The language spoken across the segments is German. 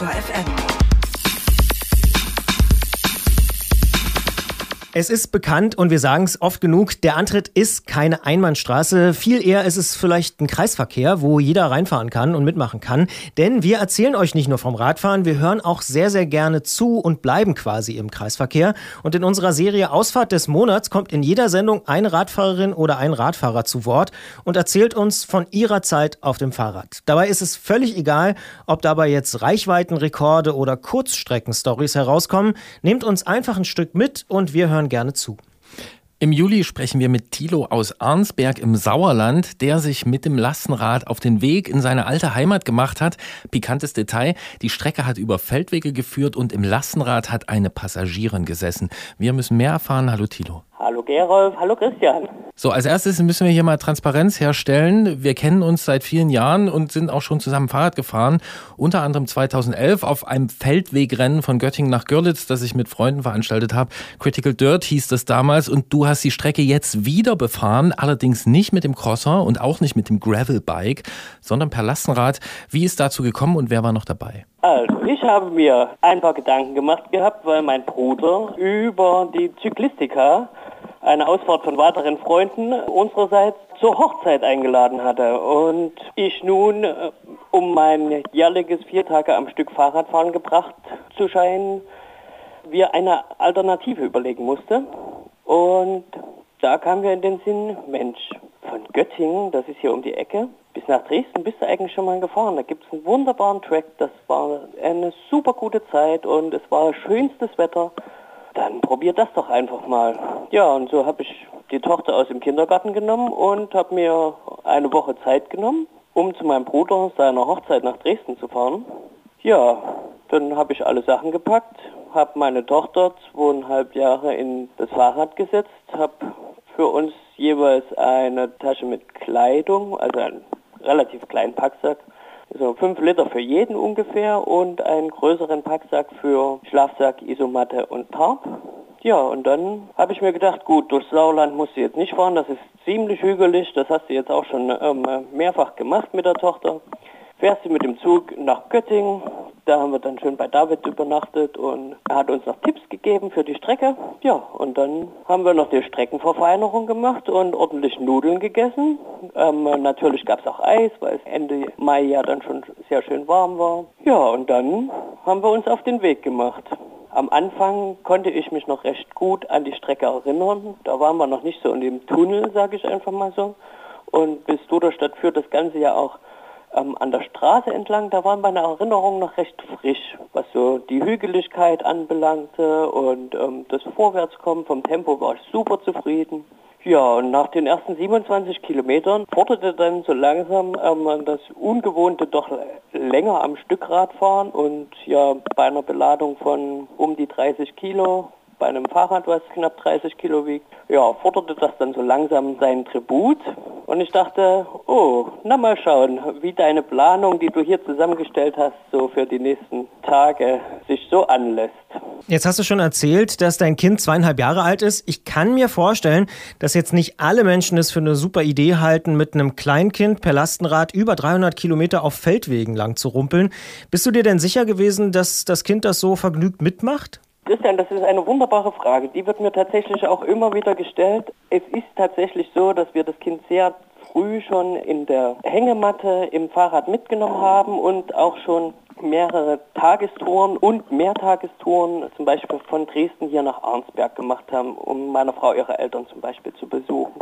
Detektor FM. Es ist bekannt und wir sagen es oft genug, der Antritt ist keine Einbahnstraße. Viel eher ist es vielleicht ein Kreisverkehr, wo jeder reinfahren kann und mitmachen kann. Denn wir erzählen euch nicht nur vom Radfahren, wir hören auch sehr, sehr gerne zu und bleiben quasi im Kreisverkehr. Und in unserer Serie Ausfahrt des Monats kommt in jeder Sendung eine Radfahrerin oder ein Radfahrer zu Wort und erzählt uns von ihrer Zeit auf dem Fahrrad. Dabei ist es völlig egal, ob dabei jetzt Reichweitenrekorde oder Kurzstreckenstories herauskommen. Nehmt uns einfach ein Stück mit und wir hören gerne zu. Im Juli sprechen wir mit Thilo aus Arnsberg im Sauerland, der sich mit dem Lastenrad auf den Weg in seine alte Heimat gemacht hat. Pikantes Detail, die Strecke hat über Feldwege geführt und im Lastenrad hat eine Passagierin gesessen. Wir müssen mehr erfahren. Hallo Thilo. Hallo Gerolf, hallo Christian. So, als erstes müssen wir hier mal Transparenz herstellen. Wir kennen uns seit vielen Jahren und sind auch schon zusammen Fahrrad gefahren. Unter anderem 2011 auf einem Feldwegrennen von Göttingen nach Görlitz, das ich mit Freunden veranstaltet habe. Critical Dirt hieß das damals und du hast die Strecke jetzt wieder befahren, allerdings nicht mit dem Crosser und auch nicht mit dem Gravelbike, sondern per Lastenrad. Wie ist dazu gekommen und wer war noch dabei? Also, ich habe mir ein paar Gedanken gemacht gehabt, weil mein Bruder über die Cyklistica, eine Ausfahrt von weiteren Freunden unsererseits, zur Hochzeit eingeladen hatte. Und ich nun, um mein jährliches 4 Tage am Stück Fahrradfahren gebracht zu scheinen, wir eine Alternative überlegen musste. Und da kam mir in den Sinn, Mensch, von Göttingen, das ist hier um die Ecke, bis nach Dresden bist du eigentlich schon mal gefahren. Da gibt es einen wunderbaren Track, das war eine super gute Zeit und es war schönstes Wetter. Dann probier das doch einfach mal. Ja, und so habe ich die Tochter aus dem Kindergarten genommen und habe mir eine Woche Zeit genommen, um zu meinem Bruder seiner Hochzeit nach Dresden zu fahren. Ja, dann habe ich alle Sachen gepackt, habe meine Tochter 2,5 Jahre in das Fahrrad gesetzt, habe für uns jeweils eine Tasche mit Kleidung, also einen relativ kleinen Packsack, so 5 Liter für jeden ungefähr und einen größeren Packsack für Schlafsack, Isomatte und Tarp. Ja, und dann habe ich mir gedacht, gut, durchs Sauerland musst du jetzt nicht fahren, das ist ziemlich hügelig, das hast du jetzt auch schon mehrfach gemacht mit der Tochter. Fährst du mit dem Zug nach Göttingen, da haben wir dann schön bei David übernachtet und er hat uns noch Tipps gegeben für die Strecke. Ja, und dann haben wir noch die Streckenverfeinerung gemacht und ordentlich Nudeln gegessen. Natürlich gab es auch Eis, weil es Ende Mai ja dann schon sehr schön warm war. Ja, und dann haben wir uns auf den Weg gemacht. Am Anfang konnte ich mich noch recht gut an die Strecke erinnern. Da waren wir noch nicht so in dem Tunnel, sage ich einfach mal so. Und bis Duderstadt führt das Ganze ja auch an der Straße entlang, da waren meine Erinnerungen noch recht frisch, was so die Hügeligkeit anbelangte und das Vorwärtskommen vom Tempo war ich super zufrieden. Ja, und nach den ersten 27 Kilometern forderte dann so langsam das Ungewohnte doch länger am Stück Radfahren und ja, bei einer Beladung von um die 30 Kilo, bei einem Fahrrad, was knapp 30 Kilo wiegt, ja, forderte das dann so langsam seinen Tribut. Und ich dachte, oh, na mal schauen, wie deine Planung, die du hier zusammengestellt hast, so für die nächsten Tage sich so anlässt. Jetzt hast du schon erzählt, dass dein Kind 2,5 Jahre alt ist. Ich kann mir vorstellen, dass jetzt nicht alle Menschen es für eine super Idee halten, mit einem Kleinkind per Lastenrad über 300 Kilometer auf Feldwegen lang zu rumpeln. Bist du dir denn sicher gewesen, dass das Kind das so vergnügt mitmacht? Christian, das ist eine wunderbare Frage. Die wird mir tatsächlich auch immer wieder gestellt. Es ist tatsächlich so, dass wir das Kind sehr früh schon in der Hängematte im Fahrrad mitgenommen haben und auch schon mehrere Tagestouren und Mehrtagestouren, zum Beispiel von Dresden hier nach Arnsberg gemacht haben, um meiner Frau ihre Eltern zum Beispiel zu besuchen.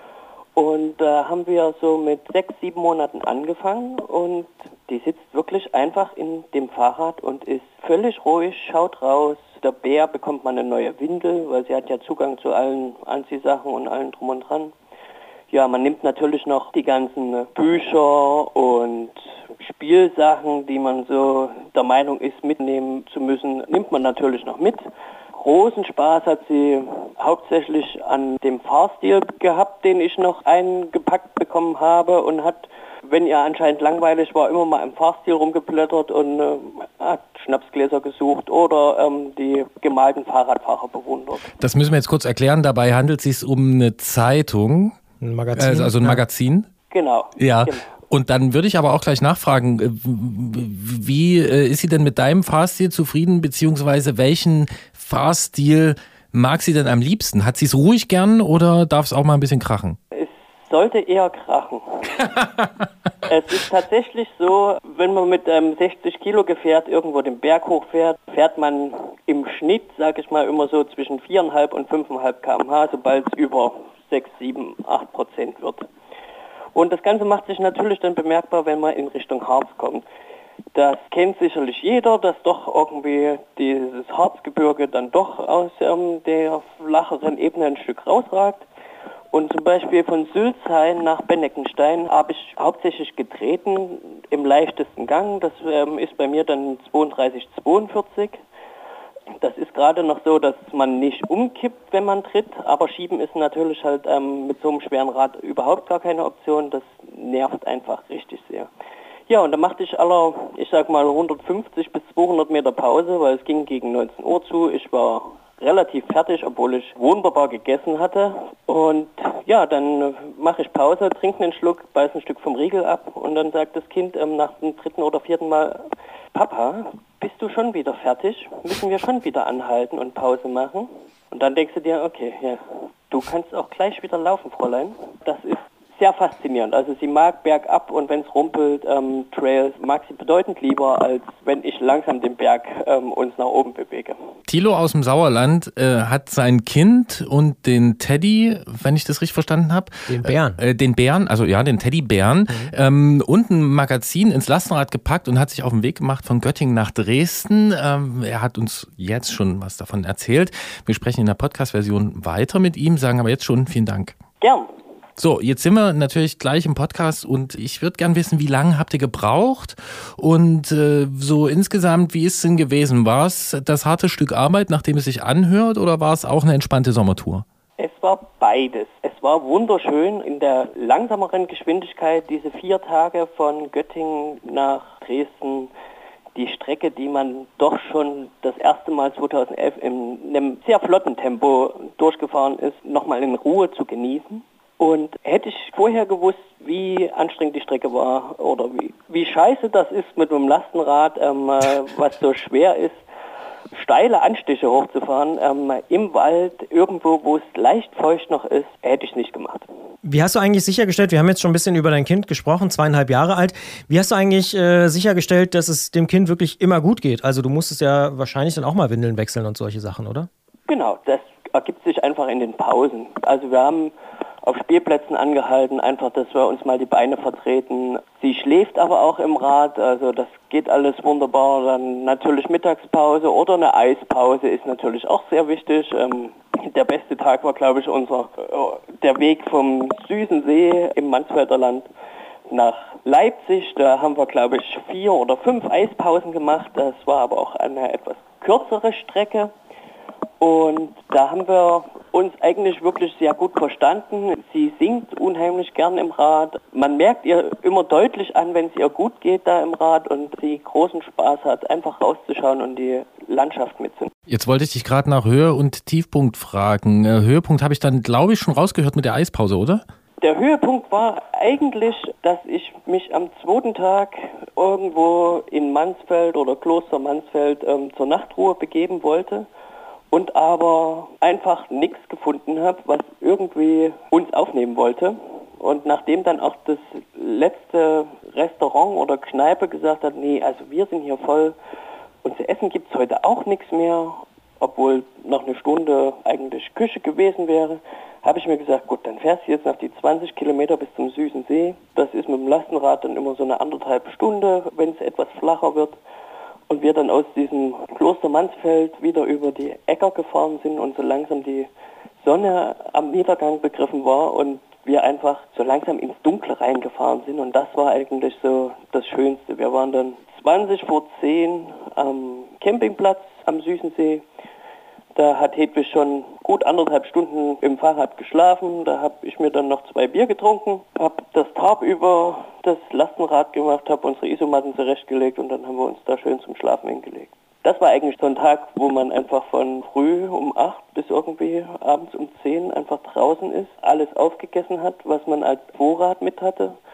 Und da haben wir so mit 6, 7 Monaten angefangen und die sitzt wirklich einfach in dem Fahrrad und ist völlig ruhig, schaut raus. Der Bär bekommt mal eine neue Windel, weil sie hat ja Zugang zu allen Anziehsachen und allem drum und dran. Ja, man nimmt natürlich noch die ganzen Bücher und Spielsachen, die man so der Meinung ist, mitnehmen zu müssen, nimmt man natürlich noch mit. Großen Spaß hat sie hauptsächlich an dem Fahrstil gehabt, den ich noch eingepackt bekommen habe und hat, wenn ihr anscheinend langweilig war, immer mal im Fahrstil rumgeblättert und hat Schnapsgläser gesucht oder die gemalten Fahrradfahrer bewundert. Das müssen wir jetzt kurz erklären. Dabei handelt es sich um eine Zeitung. Ein Magazin. Also ein Magazin. Genau. Ja. Genau. Und dann würde ich aber auch gleich nachfragen, wie ist sie denn mit deinem Fahrstil zufrieden, beziehungsweise welchen Fahrstil mag sie denn am liebsten? Hat sie es ruhig gern oder darf es auch mal ein bisschen krachen? Es sollte eher krachen. Es ist tatsächlich so, wenn man mit 60 Kilo Gefährt irgendwo den Berg hochfährt, fährt man im Schnitt, sage ich mal, immer so zwischen 4,5 und 5,5 km/h, sobald es über 6, 7, 8% wird. Und das Ganze macht sich natürlich dann bemerkbar, wenn man in Richtung Harz kommt. Das kennt sicherlich jeder, dass doch irgendwie dieses Harzgebirge dann doch aus der flacheren Ebene ein Stück rausragt. Und zum Beispiel von Sülzhain nach Benneckenstein habe ich hauptsächlich getreten im leichtesten Gang. Das ist bei mir dann 32,42. Das ist gerade noch so, dass man nicht umkippt, wenn man tritt, aber Schieben ist natürlich halt mit so einem schweren Rad überhaupt gar keine Option. Das nervt einfach richtig sehr. Ja, und da machte ich ich sag mal 150 bis 200 Meter Pause, weil es ging gegen 19 Uhr zu. Ich war relativ fertig, obwohl ich wunderbar gegessen hatte. Und ja, dann mache ich Pause, trinke einen Schluck, beiß ein Stück vom Riegel ab und dann sagt das Kind nach dem 3. oder 4. Mal, Papa, bist du schon wieder fertig? Müssen wir schon wieder anhalten und Pause machen? Und dann denkst du dir, okay, ja, du kannst auch gleich wieder laufen, Fräulein. Das ist sehr faszinierend. Also sie mag bergab und wenn es rumpelt, Trails, mag sie bedeutend lieber, als wenn ich langsam den Berg uns nach oben bewege. Thilo aus dem Sauerland hat sein Kind und den Teddy, wenn ich das richtig verstanden habe. Den Bären. Den Bären, also ja, den Teddybären, und ein Magazin ins Lastenrad gepackt und hat sich auf den Weg gemacht von Göttingen nach Dresden. Er hat uns jetzt schon was davon erzählt. Wir sprechen in der Podcast-Version weiter mit ihm, sagen aber jetzt schon vielen Dank. Gern. So, jetzt sind wir natürlich gleich im Podcast und ich würde gern wissen, wie lange habt ihr gebraucht und so insgesamt, wie ist es denn gewesen? War es das harte Stück Arbeit, nachdem es sich anhört, oder war es auch eine entspannte Sommertour? Es war beides. Es war wunderschön in der langsameren Geschwindigkeit, diese 4 Tage von Göttingen nach Dresden, die Strecke, die man doch schon das erste Mal 2011 in einem sehr flotten Tempo durchgefahren ist, nochmal in Ruhe zu genießen. Und hätte ich vorher gewusst, wie anstrengend die Strecke war oder wie scheiße das ist mit einem Lastenrad, was so schwer ist, steile Anstiche hochzufahren, im Wald, irgendwo, wo es leicht feucht noch ist, hätte ich es nicht gemacht. Wie hast du eigentlich sichergestellt, wir haben jetzt schon ein bisschen über dein Kind gesprochen, 2,5 Jahre alt, wie hast du eigentlich sichergestellt, dass es dem Kind wirklich immer gut geht? Also du musstest ja wahrscheinlich dann auch mal Windeln wechseln und solche Sachen, oder? Genau, das ergibt sich einfach in den Pausen. Also wir haben auf Spielplätzen angehalten, einfach, dass wir uns mal die Beine vertreten. Sie schläft aber auch im Rad, also das geht alles wunderbar. Dann natürlich Mittagspause oder eine Eispause ist natürlich auch sehr wichtig. Der beste Tag war, glaube ich, der Weg vom Süßensee im Mansfelder Land nach Leipzig. Da haben wir, glaube ich, 4 oder 5 Eispausen gemacht. Das war aber auch eine etwas kürzere Strecke. Und da haben wir uns eigentlich wirklich sehr gut verstanden. Sie singt unheimlich gern im Rad. Man merkt ihr immer deutlich an, wenn es ihr gut geht da im Rad und sie großen Spaß hat, einfach rauszuschauen und die Landschaft mitzunehmen. Jetzt wollte ich dich gerade nach Höhe- und Tiefpunkt fragen. Höhepunkt habe ich dann, glaube ich, schon rausgehört mit der Eispause, oder? Der Höhepunkt war eigentlich, dass ich mich am 2. Tag irgendwo in Mansfeld oder Kloster Mansfeld zur Nachtruhe begeben wollte. Und aber einfach nichts gefunden habe, was irgendwie uns aufnehmen wollte. Und nachdem dann auch das letzte Restaurant oder Kneipe gesagt hat, nee, also wir sind hier voll und zu essen gibt es heute auch nichts mehr, obwohl noch eine Stunde eigentlich Küche gewesen wäre, habe ich mir gesagt, gut, dann fährst du jetzt noch die 20 Kilometer bis zum Süßensee. Das ist mit dem Lastenrad dann immer so eine 1,5 Stunde, wenn es etwas flacher wird. Und wir dann aus diesem Kloster Mansfeld wieder über die Äcker gefahren sind und so langsam die Sonne am Niedergang begriffen war und wir einfach so langsam ins Dunkle reingefahren sind. Und das war eigentlich so das Schönste. Wir waren dann 20 vor 10 am Campingplatz am Süßensee. Da hat Hedwig schon gut 1,5 Stunden im Fahrrad geschlafen. Da habe ich mir dann noch 2 Bier getrunken, habe das Tarp über das Lastenrad gemacht, habe unsere Isomatten zurechtgelegt und dann haben wir uns da schön zum Schlafen hingelegt. Das war eigentlich so ein Tag, wo man einfach von früh um 8 bis irgendwie abends um 10 einfach draußen ist, alles aufgegessen hat, was man als Vorrat mit hatte.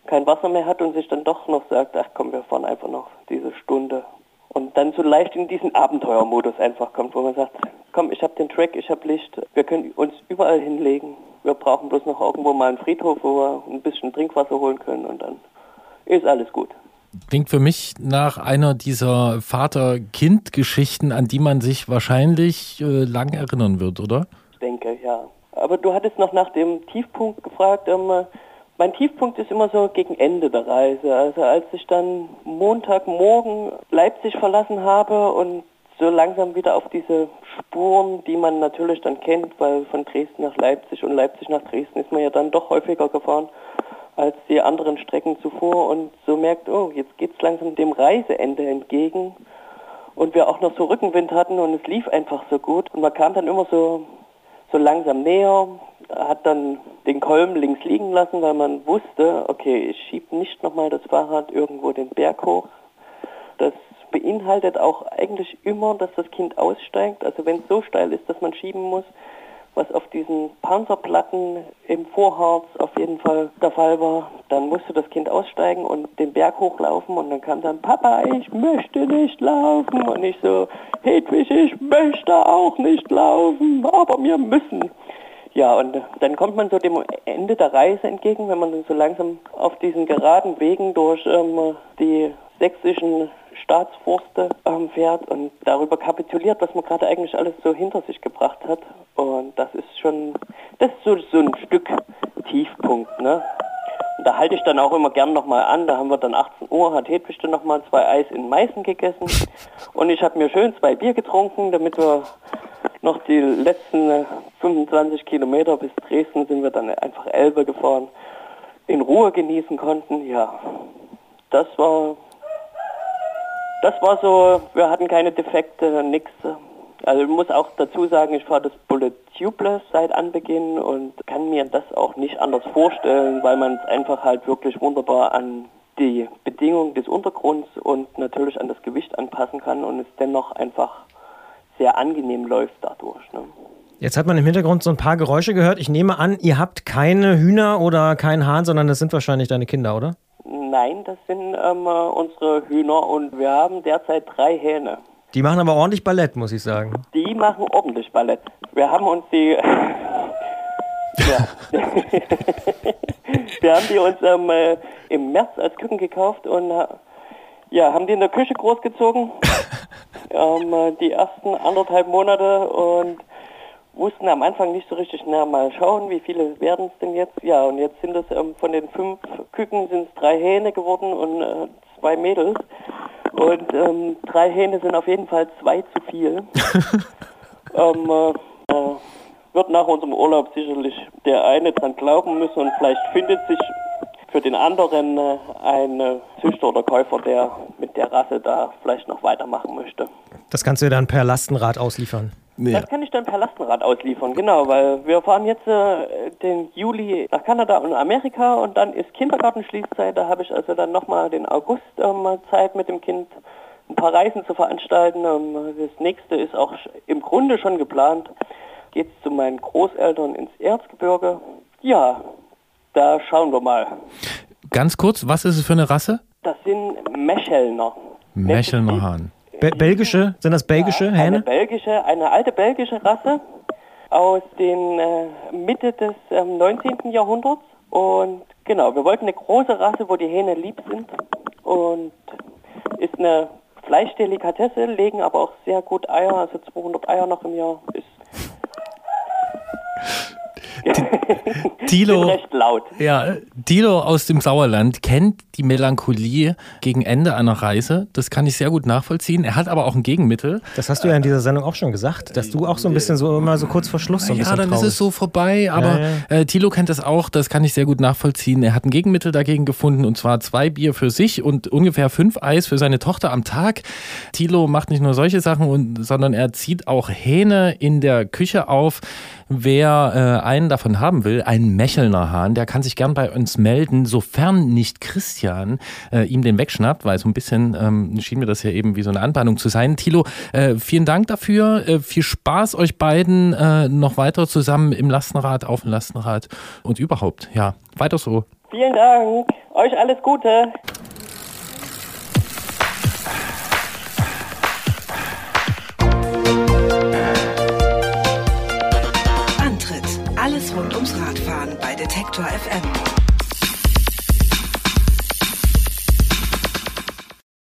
kein Wasser mehr hat und sich dann doch noch sagt, ach komm, wir fahren einfach noch diese Stunde. Und dann so leicht in diesen Abenteuermodus einfach kommt, wo man sagt, komm, ich habe den Track, ich habe Licht, wir können uns überall hinlegen. Wir brauchen bloß noch irgendwo mal einen Friedhof, wo wir ein bisschen Trinkwasser holen können und dann ist alles gut. Klingt für mich nach einer dieser Vater-Kind-Geschichten, an die man sich wahrscheinlich lang erinnern wird, oder? Ich denke, ja. Aber du hattest noch nach dem Tiefpunkt gefragt. Mein Tiefpunkt ist immer so gegen Ende der Reise. Also als ich dann Montagmorgen Leipzig verlassen habe und so langsam wieder auf diese Spuren, die man natürlich dann kennt, weil von Dresden nach Leipzig und Leipzig nach Dresden ist man ja dann doch häufiger gefahren als die anderen Strecken zuvor und so merkt, oh, jetzt geht's langsam dem Reiseende entgegen und wir auch noch so Rückenwind hatten und es lief einfach so gut und man kam dann immer so langsam näher, hat dann den Kolben links liegen lassen, weil man wusste, okay, ich schiebe nicht nochmal das Fahrrad irgendwo den Berg hoch. Das beinhaltet auch eigentlich immer, dass das Kind aussteigt. Also wenn es so steil ist, dass man schieben muss, was auf diesen Panzerplatten im Vorharz auf jeden Fall der Fall war, dann musste das Kind aussteigen und den Berg hochlaufen und dann kam dann, Papa, ich möchte nicht laufen. Und ich so, Hedwig, ich möchte auch nicht laufen, aber wir müssen. Ja, und dann kommt man so dem Ende der Reise entgegen, wenn man dann so langsam auf diesen geraden Wegen durch die sächsischen Staatsforste fährt und darüber kapituliert, was man gerade eigentlich alles so hinter sich gebracht hat. Und das ist so ein Stück Tiefpunkt, ne? Und da halte ich dann auch immer gern nochmal an. Da haben wir dann 18 Uhr, hat Hedwig dann nochmal 2 Eis in Meißen gegessen. Und ich habe mir schön 2 Bier getrunken, damit wir noch die letzten 25 Kilometer bis Dresden sind wir dann einfach Elbe gefahren, in Ruhe genießen konnten. Ja, das war so, wir hatten keine Defekte, nix. Also ich muss auch dazu sagen, ich fahre das Bullet Tubeless seit Anbeginn und kann mir das auch nicht anders vorstellen, weil man es einfach halt wirklich wunderbar an die Bedingungen des Untergrunds und natürlich an das Gewicht anpassen kann und es dennoch einfach sehr angenehm läuft dadurch. Ne? Jetzt hat man im Hintergrund so ein paar Geräusche gehört. Ich nehme an, ihr habt keine Hühner oder keinen Hahn, sondern das sind wahrscheinlich deine Kinder, oder? Nein, das sind unsere Hühner und wir haben derzeit 3 Hähne. Die machen aber ordentlich Ballett, muss ich sagen. Die machen ordentlich Ballett. Wir haben uns die... ja. Wir haben die uns im März als Küken gekauft und haben die in der Küche großgezogen. Die ersten 1,5 Monate und wussten am Anfang nicht so richtig, mal schauen, wie viele werden es denn jetzt. Ja, und jetzt sind es von den 5 Küken sind es 3 Hähne geworden und 2 Mädels. Und 3 Hähne sind auf jeden Fall 2 zu viel. Wird nach unserem Urlaub sicherlich der eine dran glauben müssen und vielleicht findet sich für den anderen ein Züchter oder Käufer, der mit der Rasse da vielleicht noch weitermachen möchte. Das kannst du dann per Lastenrad ausliefern? Ja. Das kann ich dann per Lastenrad ausliefern, genau, weil wir fahren jetzt den Juli nach Kanada und Amerika und dann ist Kindergartenschließzeit, da habe ich also dann nochmal den August Zeit mit dem Kind ein paar Reisen zu veranstalten. Das nächste ist auch im Grunde schon geplant, geht zu meinen Großeltern ins Erzgebirge. Ja, da schauen wir mal. Ganz kurz, was ist es für eine Rasse? Das sind Mechelner. Mechelner Hahn. Belgische? Sind das belgische Hähne? Eine alte belgische Rasse aus den Mitte des 19. Jahrhunderts. Und genau, wir wollten eine große Rasse, wo die Hähne lieb sind. Und ist eine Fleischdelikatesse, legen aber auch sehr gut Eier, also 200 Eier noch im Jahr. Ist Thilo, recht laut. Ja, Thilo aus dem Sauerland kennt die Melancholie gegen Ende einer Reise. Das kann ich sehr gut nachvollziehen. Er hat aber auch ein Gegenmittel. Das hast du ja in dieser Sendung auch schon gesagt, dass du auch so ein bisschen so immer so kurz vor Schluss so ein bisschen dann traurig. ist es so vorbei. Aber Thilo kennt das auch, das kann ich sehr gut nachvollziehen. Er hat ein Gegenmittel dagegen gefunden und zwar 2 Bier für sich und ungefähr 5 Eis für seine Tochter am Tag. Thilo macht nicht nur solche Sachen, sondern er zieht auch Hähne in der Küche auf. Wer einen davon haben will, einen Mechelner Hahn, der kann sich gern bei uns melden, sofern nicht Christian ihm den wegschnappt, weil so ein bisschen schien mir das ja eben wie so eine Anbahnung zu sein. Thilo, vielen Dank dafür. Viel Spaß euch beiden noch weiter zusammen im Lastenrad, auf dem Lastenrad und überhaupt. Ja, weiter so. Vielen Dank. Euch alles Gute. Antritt. Alles rund ums Radfahren bei Detektor FM.